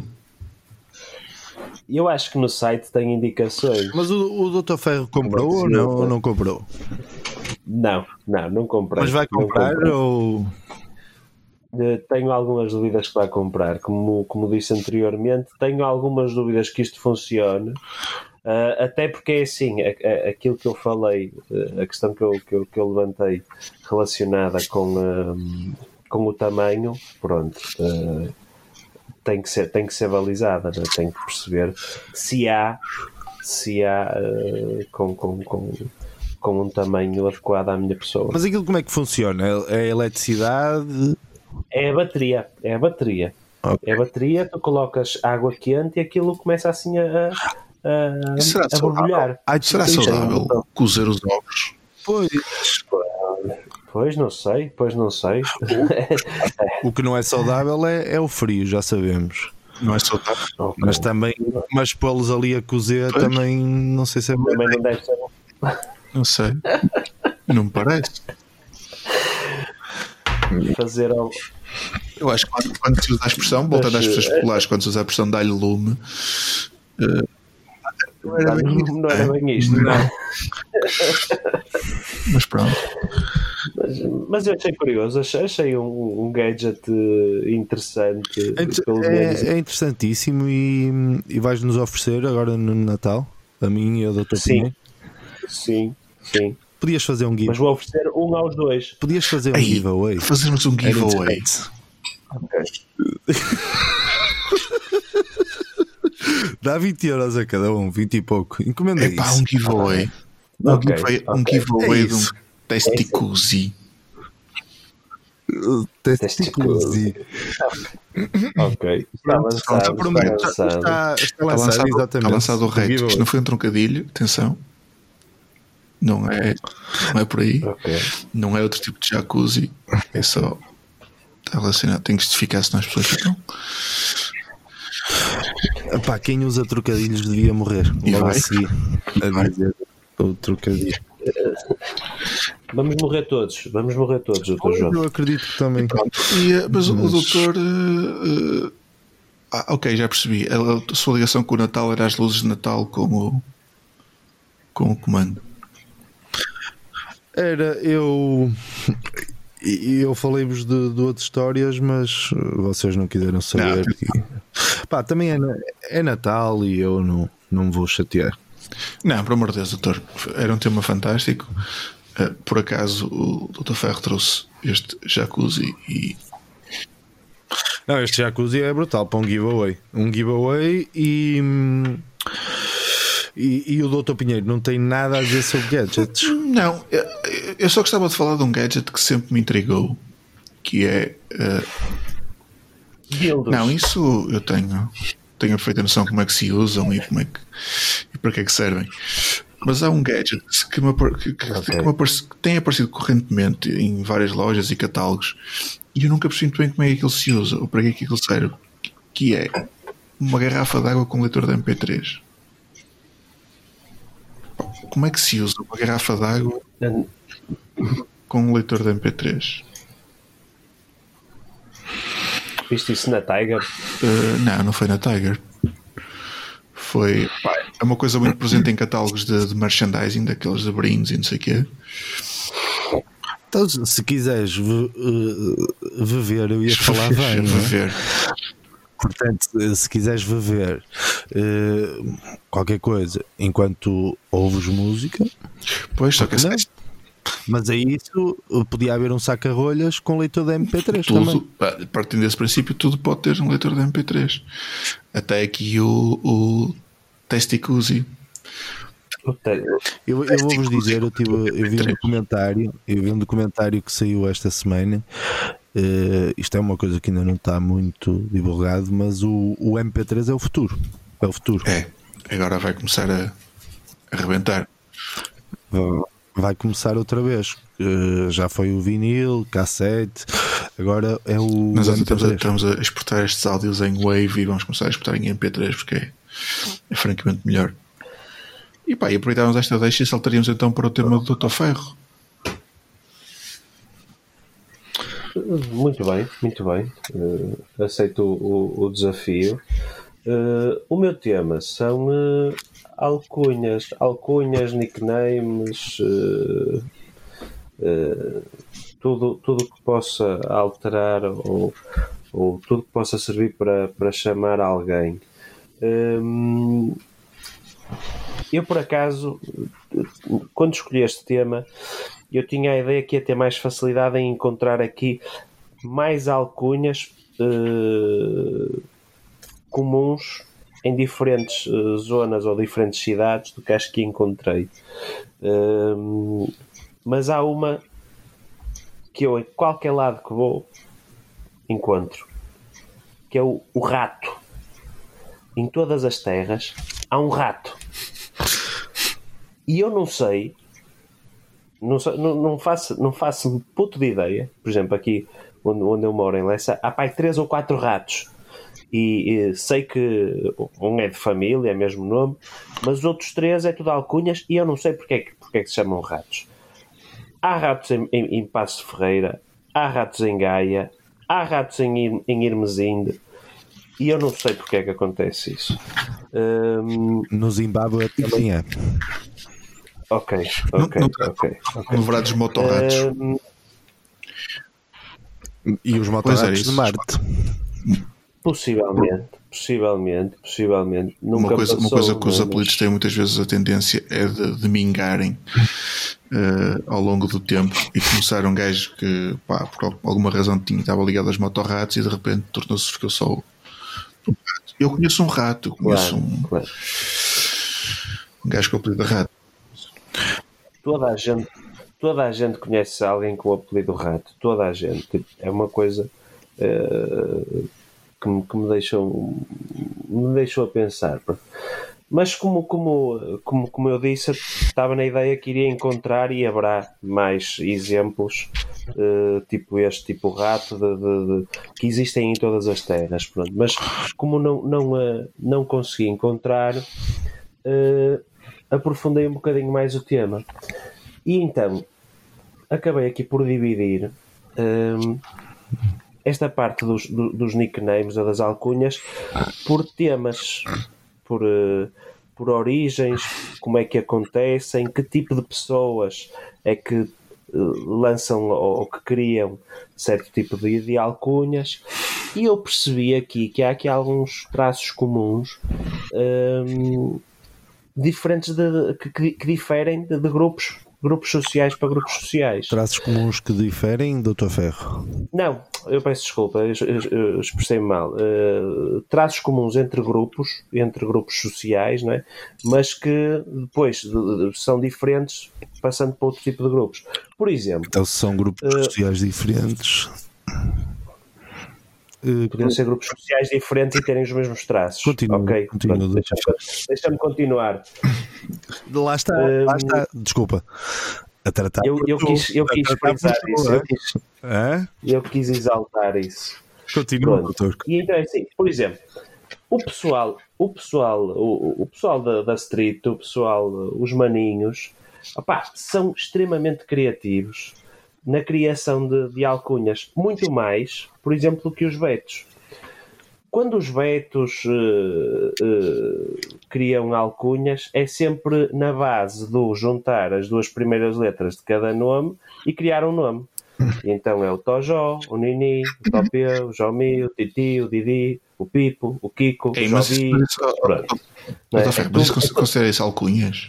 Eu acho que no site tem indicações. Mas o, o doutor Ferro comprou Como é ou que se não, usa? ou não comprou? Não, não, não comprei. Mas vai Não comprar comprei. ou. Eh, Tenho algumas dúvidas que vai comprar. Como, como disse anteriormente, tenho algumas dúvidas que isto funcione. Ah, até porque é assim, a- a- aquilo que eu falei, eh, a questão que eu, que eu, que eu levantei relacionada com, ah, com o tamanho, pronto, ah, tem, que ser, tem que ser balizada, né? Tem que perceber se há, se há ah, com, com, com, com um tamanho adequado à minha pessoa. Mas aquilo como é que funciona? É a eletricidade? É a bateria, é a bateria. Ok. É a bateria, tu colocas água quente e aquilo começa assim a, a, Será a borbulhar. Ah, Será isto- saudável cozer os ovos? Pois, Pois não sei, pois não sei. o que não é saudável é, é o frio, já sabemos. Não é saudável? Ok. Mas também, mas pô-los ali a cozer Pois. também não sei se é bom. Também não deve ser. Não sei. Não me parece. Fazer ao... Eu acho que quando, quando se usa a expressão, voltando às Mas, pessoas populares, quando se usa a expressão dar-lhe lume, eh, não era bem isso, Não era bem isto. Não. Mas pronto. Mas, mas eu achei curioso, achei, achei um, um gadget eh, interessante. É, inter- pelo menos. é, é interessantíssimo e, e vais-nos oferecer agora no Natal, a mim e ao doutor Sim. Pinheiro. Sim, sim. Podias fazer um Mas giveaway. vou oferecer um aos dois. Podias fazer um Aí, giveaway. fazermos um Era giveaway. interessante. Ok. Dá vinte euros a cada um, vinte e pouco. Encomenda É pá, isso. um giveaway. Um Ok, giveaway, um ok. giveaway É de um isso. testicuzi. Testicuzi. Ok. Está Pronto, lançado. está Está pronto. lançado. Está, está Está lançado, lançado, exatamente. está lançado o reto. Giveaway. Isto não foi um trocadilho, atenção. Não é, não é por aí. Ok. Não é outro tipo de jacuzzi. É só. Está relacionado. Tem que justificar, senão as pessoas ficam. Epá, quem usa trocadilhos devia morrer. E Logo vai. a seguir a dizer o trocadilho. Vamos morrer todos, vamos morrer todos, doutor João. Eu acredito que também. E, eh, mas o- o Mas- doutor. eh, eh, ah, ok, já percebi. A, a sua ligação com o Natal era as luzes de Natal com o, com o comando. Era, eu. e Eu falei-vos de, de outras histórias, mas vocês não quiseram saber. Não. E, pá, também é, na- é Natal e eu não, não me vou chatear. Não, por amor de Deus, doutor. Era um tema fantástico. Eh, por acaso o doutor Ferro trouxe este jacuzzi e. Não, este jacuzzi é brutal para um giveaway. Um giveaway e. hum, E, e o doutor Pinheiro não tem nada a dizer sobre gadgets. Não, eu, eu só gostava de falar de um gadget que sempre me intrigou. Que é. eh, Dildos. Não, isso eu tenho, tenho a perfeita noção como é que se usam e, como é que, e para que é que servem. Mas há um gadget que, me, apar- que, que- Ok. que me aparece- que tem aparecido correntemente em várias lojas e catálogos e eu nunca percebi muito bem como é que aquilo se usa ou para que é que aquilo serve. Que é uma garrafa de água com leitor de M P três. Como é que se usa uma garrafa de água com um leitor de M P três? Viste isso na Tiger? Uh, não, não foi na Tiger. Foi. Pá, é uma coisa muito presente em catálogos de, de merchandising, daqueles de brindes e não sei o quê. Então, se quiseres ve- eh, viver, eu ia falar bem, não é? ver. Portanto, se quiseres viver eh, qualquer coisa enquanto ouves música, Pois, só que Não. esse- mas aí isso podia haver um saca-rolhas com leitor de M P três tudo, também. pá, partindo desse princípio, tudo pode ter um leitor de M P três. Até aqui o, o Testicuzi. Puta, Eu, eu vou-vos dizer, eu, tive, eu vi um documentário, eu vi um documentário que saiu esta semana. Eh, isto é uma coisa que ainda não está muito divulgado, mas o, o M P três é o futuro. É o futuro. É, agora vai começar a, a arrebentar. Vai começar outra vez. Eh, já foi o vinil, cassete, agora é o Nós M P estamos a, três. estamos a exportar estes áudios em Wave e vamos começar a exportar em M P três porque é, é francamente melhor. E pá, e aproveitávamos esta deixa e saltaríamos então para o tema do doutor Ferro. muito bem, muito bem. Eh, aceito o, o- o desafio. Eh, o meu tema são eh, alcunhas, alcunhas, nicknames, eh, eh, tudo, tudo que possa alterar ou, ou tudo que possa servir para, para chamar alguém. Hum, eu, por acaso, quando escolhi este tema, eu tinha a ideia que ia ter mais facilidade em encontrar aqui mais alcunhas eh, comuns em diferentes eh, zonas ou diferentes cidades do que acho que encontrei. Hum, mas há uma que eu, em qualquer lado que vou, encontro, que é o, o rato. Em todas as terras há um rato. E eu não sei, não, sei, não, não faço, não faço puto de ideia. Por exemplo, aqui onde, onde eu moro, em Lessa, há pai três ou quatro ratos. E, e sei que um é de família, é mesmo nome, mas os outros três é tudo alcunhas e eu não sei porque é que, porque é que se chamam ratos. Há ratos em, em, em Passo de Ferreira, há ratos em Gaia, há ratos em, Ir- em Irmesinde e eu não sei porque é que acontece isso. Hum, No Zimbábue também é. ok, ok, Não- ok. ok. No verá dos motorratos. Hum, E os Pois é, motorratos isso. de Marte. possivelmente, possivelmente, possivelmente. Nunca Uma coisa, uma passou, coisa que os mas- apelidos têm muitas vezes a tendência é de, de mingarem eh, ao longo do tempo e começaram um gajo que, pá, por alguma razão tinha, estava ligado aos motorratos e de repente tornou-se, ficou só o o rato. Eu conheço um rato, eu conheço Claro, um, claro. um gajo com o apelido de rato. Toda a gente, toda a gente conhece alguém com o apelido Rato. Toda a gente. Tipo, é uma coisa eh, que, me, que me deixou me deixou a pensar. Mas como, como, como, como eu disse, eu estava na ideia que iria encontrar e haverá mais exemplos uh, tipo este, tipo rato, de, de, de, que existem em todas as terras. Pronto. Mas como não, não, uh, não consegui encontrar, uh, aprofundei um bocadinho mais o tema. E então, acabei aqui por dividir um, esta parte dos, dos nicknames ou das alcunhas por temas, por... Uh, por origens, como é que acontecem, que tipo de pessoas é que uh, lançam ou, ou que criam certo tipo de, de alcunhas, e eu percebi aqui que há aqui alguns traços comuns um, diferentes de, que, que, que diferem de, de grupos grupos sociais para grupos sociais. Traços comuns que diferem, doutor Ferro? Não, eu peço desculpa, eu, eu, eu expressei-me mal. Uh, traços comuns entre grupos, entre grupos sociais, não é? Mas que depois de, de, são diferentes passando para outro tipo de grupos. Por exemplo... Então se são grupos uh, sociais diferentes... Uh, Podiam ser grupos sociais diferentes e terem os mesmos traços. Continua, okay? continua, Pronto, deixa-me, deixa-me continuar. Lá está, um, lá está. Desculpa. A tratar eu, eu quis, eu quis frisar isso. Eu quis, é? eu quis exaltar isso. Continua, doutor. E então é assim, por exemplo, o pessoal, o pessoal, o, o pessoal da, da street, o pessoal, os maninhos, opá, são extremamente criativos na criação de, de alcunhas, muito mais, por exemplo, que os betos. Quando os betos uh, uh, criam alcunhas, é sempre na base do juntar as duas primeiras letras de cada nome e criar um nome. E então é o Tojó, o Nini, o Topê, o Jomi, o Titi, o Didi, o Pipo, o Kiko, Ei, o mas Jovi... isso, pronto. Não é? É, mas isso considera isso alcunhas?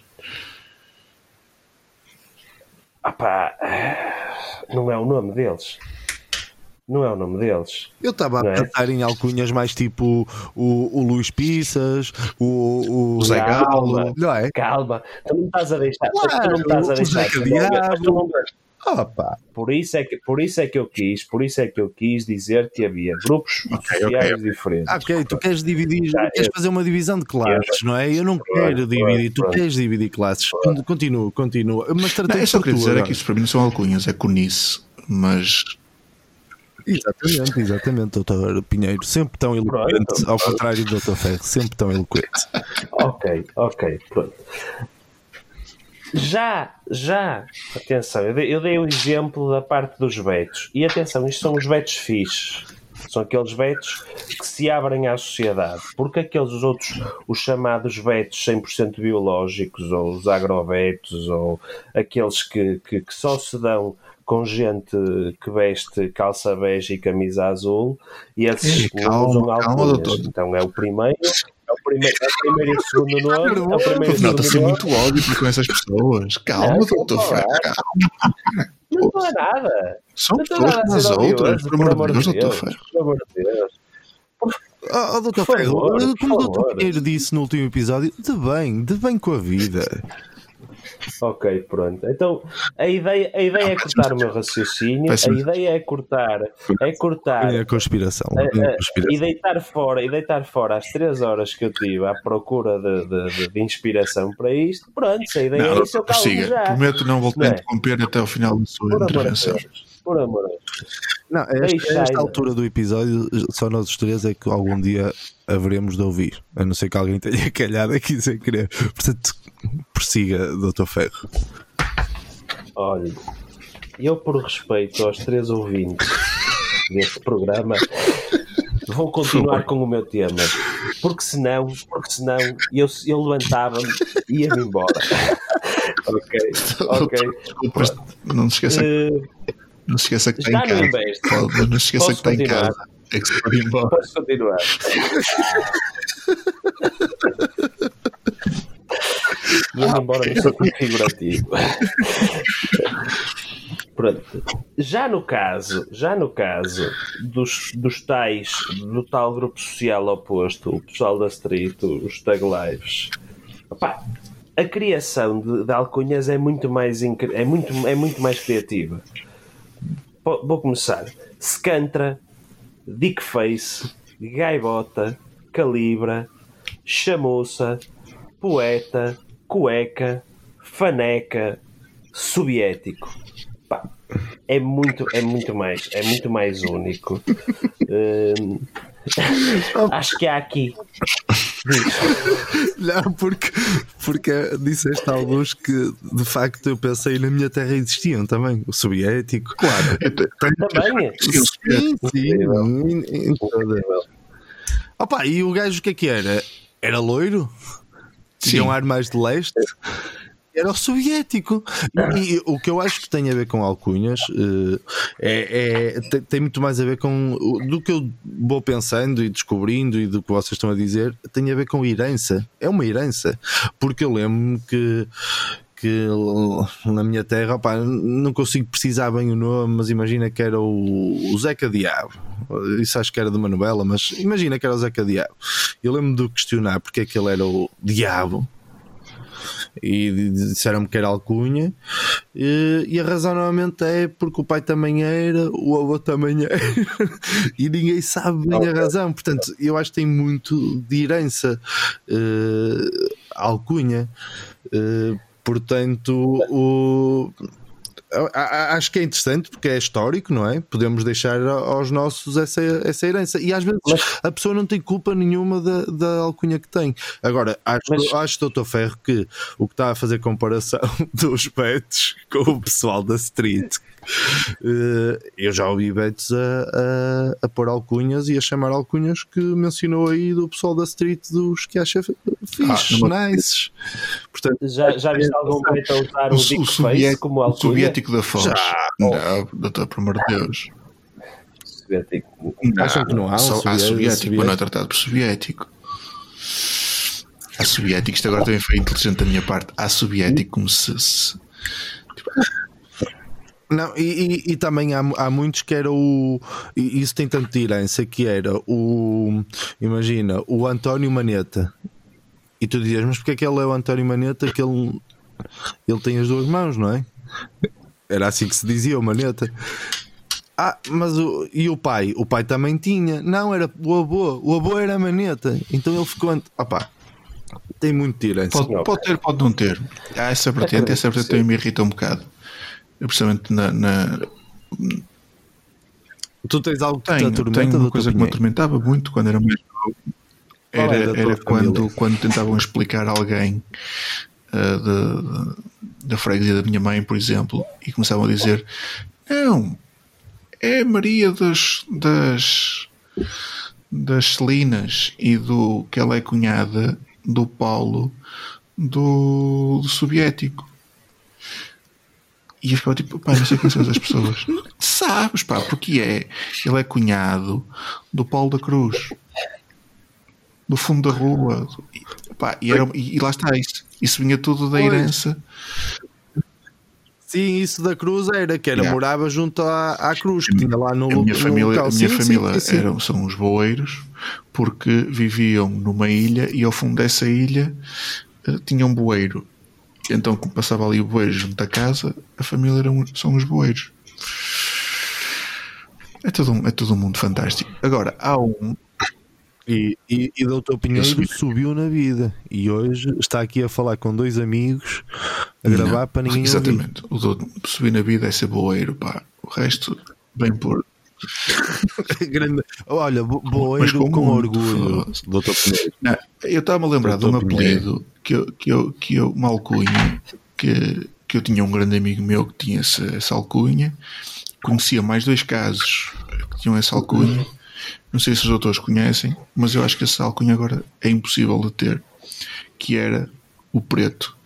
Ah pá, não é o nome deles. Não é o nome deles. Eu estava a pensar é? em alcunhas mais tipo o, o Luís Pizzas, o, o Zé Galo. Não é? Calma, tu não estás a deixar. Claro, tu não estás a deixar. O Diabo. Opa. Por isso é que por isso é que eu quis, por isso é que eu quis dizer que havia grupos okay, sociais okay. diferentes. Ok, tu queres dividir, Já, queres eu, fazer uma divisão de classes, eu, não é? Eu não pronto, quero dividir, pronto, tu pronto. queres dividir classes. Pronto. Continua, continua. Mas tratei eu só queria dizer é que isso para mim não são alcunhas, é conice, mas exatamente, exatamente, doutor Pinheiro, sempre tão eloquente, pronto, ao contrário do doutor Ferro, sempre tão eloquente. Ok, ok, pronto. Já, já, atenção, eu dei, eu dei o exemplo da parte dos betos. E atenção, isto são os betos fixes. São aqueles betos que se abrem à sociedade. Porque aqueles os outros, os chamados betos cem por cento biológicos, ou os agrobetos, ou aqueles que, que, que só se dão com gente que veste calça bege e camisa azul, e esses calma, usam alcunhas. Então é o primeiro... É o primeiro, é o primeiro e o segundo nome. É o primeiro Nota-se muito ódio com essas pessoas. Calma, doutor Ferro. Não estou a nada. São pessoas como as outras, por amor de Deus, doutor Ferro. Pelo amor de Deus. Oh, doutor Ferro, como o doutor Pinheiro disse no último episódio, de bem, de bem com a vida. Ok, pronto. Então a ideia, a ideia é cortar o meu raciocínio, a ideia é cortar, é cortar é a conspiração, a, a, é a conspiração. e deitar fora, e deitar fora as três horas que eu tive à procura de, de, de inspiração para isto. Pronto, a ideia não, é isso. Eu calmo já. Prometo não voltar a interromper até ao final da sua por intervenção. Por amor de Deus. Não, esta, esta altura do episódio, só nós os três é que algum dia haveremos de ouvir, a não ser que alguém tenha calhado aqui sem querer. Portanto, prossiga, doutor Ferro. Olha, eu por respeito aos três ouvintes deste programa vou continuar com o meu tema, porque senão, porque senão eu, eu levantava-me e ia-me embora. Ok, ok. Desculpas, não se esqueça. Uh, Não se esqueça que está em casa. Pode, não se esqueça Posso que está continuar? em casa. É que se pode ir embora. Posso continuar? Ia-me embora no seu configurativo. Pronto. Já no caso, já no caso dos, dos tais, do tal grupo social oposto, o pessoal da street, os tag lives, opá, a criação de, de alcunhas é muito mais é muito, é muito mais criativa. Vou começar. Scantra, Dickface, Gaivota, Calibra, Chamuça, Poeta, Cueca, Faneca, Soviético. Pá, é muito, é muito mais, é muito mais único. Hum, acho que há aqui. Não, porque, porque disseste alguns que de facto eu pensei na minha terra existiam também, o soviético. Claro, eu te- tenho- Também. Sim, sim. em- em toda. Incrível. Opa, e o gajo o que é que era? Era loiro? Tinha um Sim. ar mais de leste? Era o soviético. E, e o que eu acho que tem a ver com alcunhas eh, é, é- tem, tem muito mais a ver com o- do que eu vou pensando e descobrindo e do que vocês estão a dizer, tem a ver com herança. É uma herança. Porque eu lembro-me que que na minha terra, opá, não consigo precisar bem o nome, mas imagina que era o, o Zeca Diabo. Isso acho que era de uma novela, mas imagina que era o Zeca Diabo. Eu lembro-me de questionar porque é que ele era o Diabo. E disseram-me que era alcunha, e, e a razão normalmente é porque o pai também era, o avô também era, e ninguém sabe bem a razão. Portanto, eu acho que tem muito de herança, uh, alcunha. Uh, portanto, o. Acho que é interessante porque é histórico, não é? Podemos deixar aos nossos essa, essa herança. E às vezes Mas- a pessoa não tem culpa nenhuma da, da alcunha que tem. Agora, acho, Mas- acho doutor Ferro, que o que está a fazer comparação dos betos com o pessoal da street. eh, eu já ouvi betos a, a, a pôr alcunhas e a chamar alcunhas que mencionou aí do pessoal da street, dos que acha fixe, numa- nice. Portanto, Já, já viste algum peito a usar O, o o, Dick Face soviético, como o alcunha? soviético da Foz. Já. Não, doutor, por amor de Deus. Soviético. acham que não há um Só há soviético- soviético, mas não é tratado por soviético. Há soviético, isto agora também foi inteligente da minha parte. Há soviético como se. se- Não, e, e- e também há, há muitos que era o. E isso tem tanto de herança que era o. Imagina, o António Maneta. E tu dizias, mas porque é que ele é o António Maneta? Que ele, ele tem as duas mãos, não é? Era assim que se dizia, o Maneta. Ah, mas o, e o pai? O pai também tinha. Não, era o avô. O avô era Maneta. Então ele ficou. Opá, tem muito de herança. Pode, pode ter, pode não ter. Há essa vertente, essa vertente também me irrita um bocado. Eu, precisamente na. na Tu tens algo que te tenho, atormenta, tenho uma doutor coisa que me Pinheiro? atormentava muito quando era mais novo. Qual Era, é da tua era quando, família? quando tentavam explicar a alguém uh, da, da freguesia da minha mãe, por exemplo, e começavam a dizer: não, é Maria das, das, das Salinas e do que ela é cunhada do Paulo do, do soviético. E eu ficava tipo, pá, não sei quem são essas pessoas. Sabes, pá, porque é. Ele é cunhado do Paulo da Cruz, do fundo da rua. E, pá, e, era, e, e lá está isso. Isso vinha tudo da herança. Sim, isso da Cruz era que era, Yeah. morava junto à, à Cruz, que tinha lá no, A minha no família, local. a minha Sim, família sim, sim. Eram, são os boeiros, porque viviam numa ilha e ao fundo dessa ilha eh, tinha um bueiro. Então, como passava ali o bueiro junto à casa, a família eram, são os boeiros. É todo, um, é todo um mundo fantástico. Agora, há um. E, e, e doutor Pinheiro subi. subiu na vida e hoje está aqui a falar com dois amigos a gravar Não, para ninguém exatamente. O do subir na vida é ser boeiro, pá. O resto, bem por. ouvir. Grande- Olha, bo- Mas boeiro com com, muito, orgulho, foda-se. doutor Pinheiro. Não, eu estava-me a lembrar de um Doutor Pinheiro. apelido que eu, que eu, que eu uma alcunha, que, que eu tinha um grande amigo meu que tinha essa, essa alcunha. Conhecia mais dois casos que tinham essa alcunha. Não sei se os doutores conhecem, mas eu acho que essa alcunha agora é impossível de ter, que era o Preto.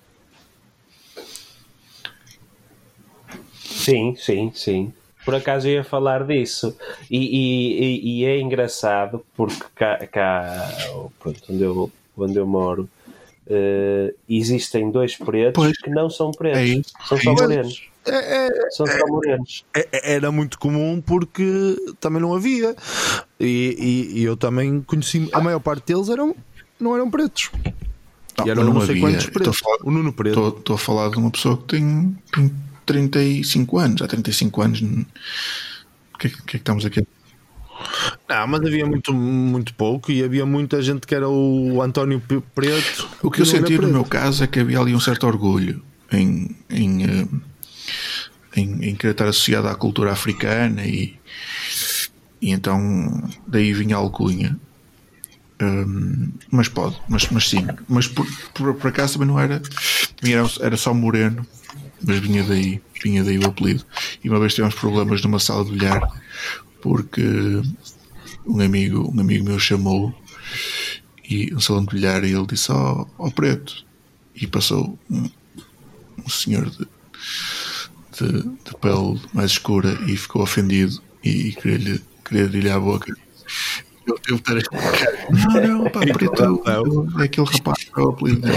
Sim, sim, sim. Por acaso eu ia falar disso. E, e- e- e é engraçado porque cá, cá pronto, onde, eu, onde eu moro, eh, existem dois pretos Pois. que não são pretos. É isso, São é só isso. morenos. É, é, São só morenos. é- era muito comum porque também não havia. E, e- e eu também conheci, a maior parte deles eram, não eram pretos. Não, E eram mas não, não sei havia. quantos Estou a pretos. falar- O Nuno Preto. Estou, estou a falar de uma pessoa que tem, tem trinta e cinco anos. Há trinta e cinco anos. O que, é que- o que é que estamos aqui? Não, mas havia muito, muito pouco e havia muita gente que era o António P- Preto. O que eu e não era senti no preto. meu caso é que havia ali um certo orgulho em, em, eh, em, em querer estar associado à cultura africana e, e então daí vinha a alcunha. Um, mas pode, mas, mas sim, mas por, por, por acaso também não era, era, era só moreno, mas vinha daí, vinha daí o apelido. E uma vez tivemos problemas numa sala de bilhar porque um amigo, um amigo meu chamou e um salão de bilhar e ele disse ó oh, oh, preto, e passou um, um senhor de, de, de pele mais escura e ficou ofendido e queria-lhe queria lhe à boca. Eu devo estar a explicar. Não, não, pá, preto é aquele rapaz que é o apelido dele.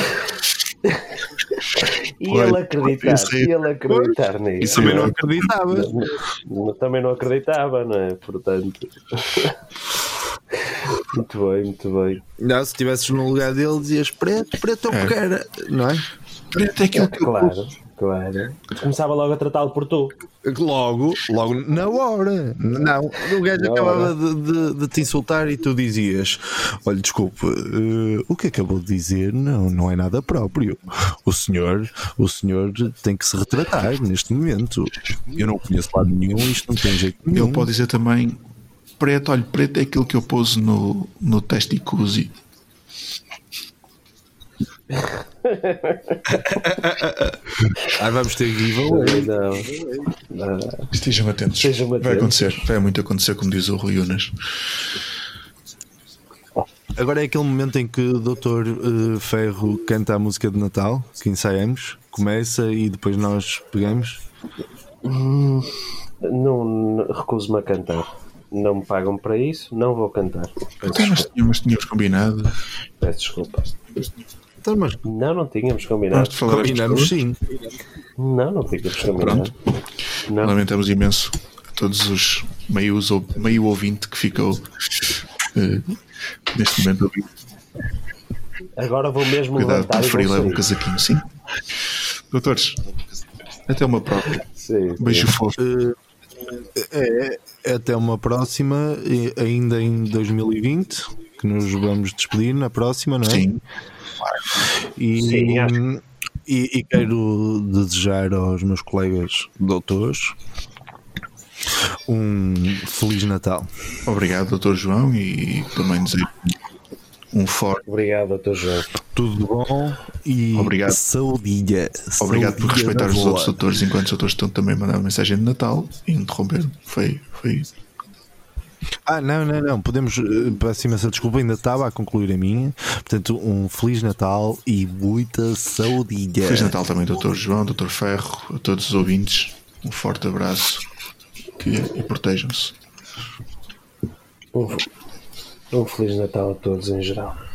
E ele acreditar, e ele acreditar nisso. Isso também não acreditava. Não, também não acreditava, não é? Portanto. Muito bem, muito bem. Não, se estivesses no lugar dele, dizias preto, preto é o que era, não é? Preto é aquilo que eu Claro, claro. Começava logo a tratá-lo por tu. Logo, logo na hora. Não, o gajo Na acabava hora. de, de- de te insultar e tu dizias: olha, desculpe, eh, o que acabou de dizer não, não é nada próprio. O senhor, o senhor tem que se retratar neste momento. Eu não conheço lado nenhum, isto não tem jeito nenhum. Ele pode dizer também preto, olha, preto é aquilo que eu pus no, no Testicusi. Ah, vamos ter giveaway. Não, não. Estejam atentos. Estejam Vai atentos. acontecer, vai muito acontecer, como diz o Rui Unas. Agora é aquele momento em que o doutor eh, Ferro canta a música de Natal que ensaiamos, começa e depois nós pegamos. Não, não- recuso-me a cantar. Não me pagam para isso, não vou cantar. Peço Então, mas desculpa. tínhamos, tínhamos combinado. Peço desculpa. Então, mas Não, não tínhamos Vamos combinado. de falar às combinamos pessoas. sim. Não, não tínhamos combinado. Não. Lamentamos imenso a todos os meios, ou- meio ouvinte que ficou eh, neste momento a ouvir. Agora vou mesmo Cuidado, levantar e preferir vou leva um sair. casaquinho, sim. Doutores, até uma próxima. Sim, sim. Beijo fofo. É, é até uma próxima, e ainda em dois mil e vinte, que nos vamos despedir na próxima, não é? Sim, E, Sim, acho. e, e quero desejar aos meus colegas doutores um Feliz Natal. obrigado, doutor João, e também dizer um forte Obrigado, doutor João. Tudo bom e Obrigado. saudinha. obrigado por Saudinha respeitar da os boa. outros doutores, enquanto os doutores estão também a mandar mensagem de Natal e interromper. Foi, foi. Ah, não, não, não. Podemos, eh, peço imensa desculpa, ainda estava a concluir a minha. Portanto, um Feliz Natal e muita saudinha. Feliz Natal também, doutor João, doutor Ferro, a todos os ouvintes. Um forte abraço que, e protejam-se. Um, um Feliz Natal a todos em geral.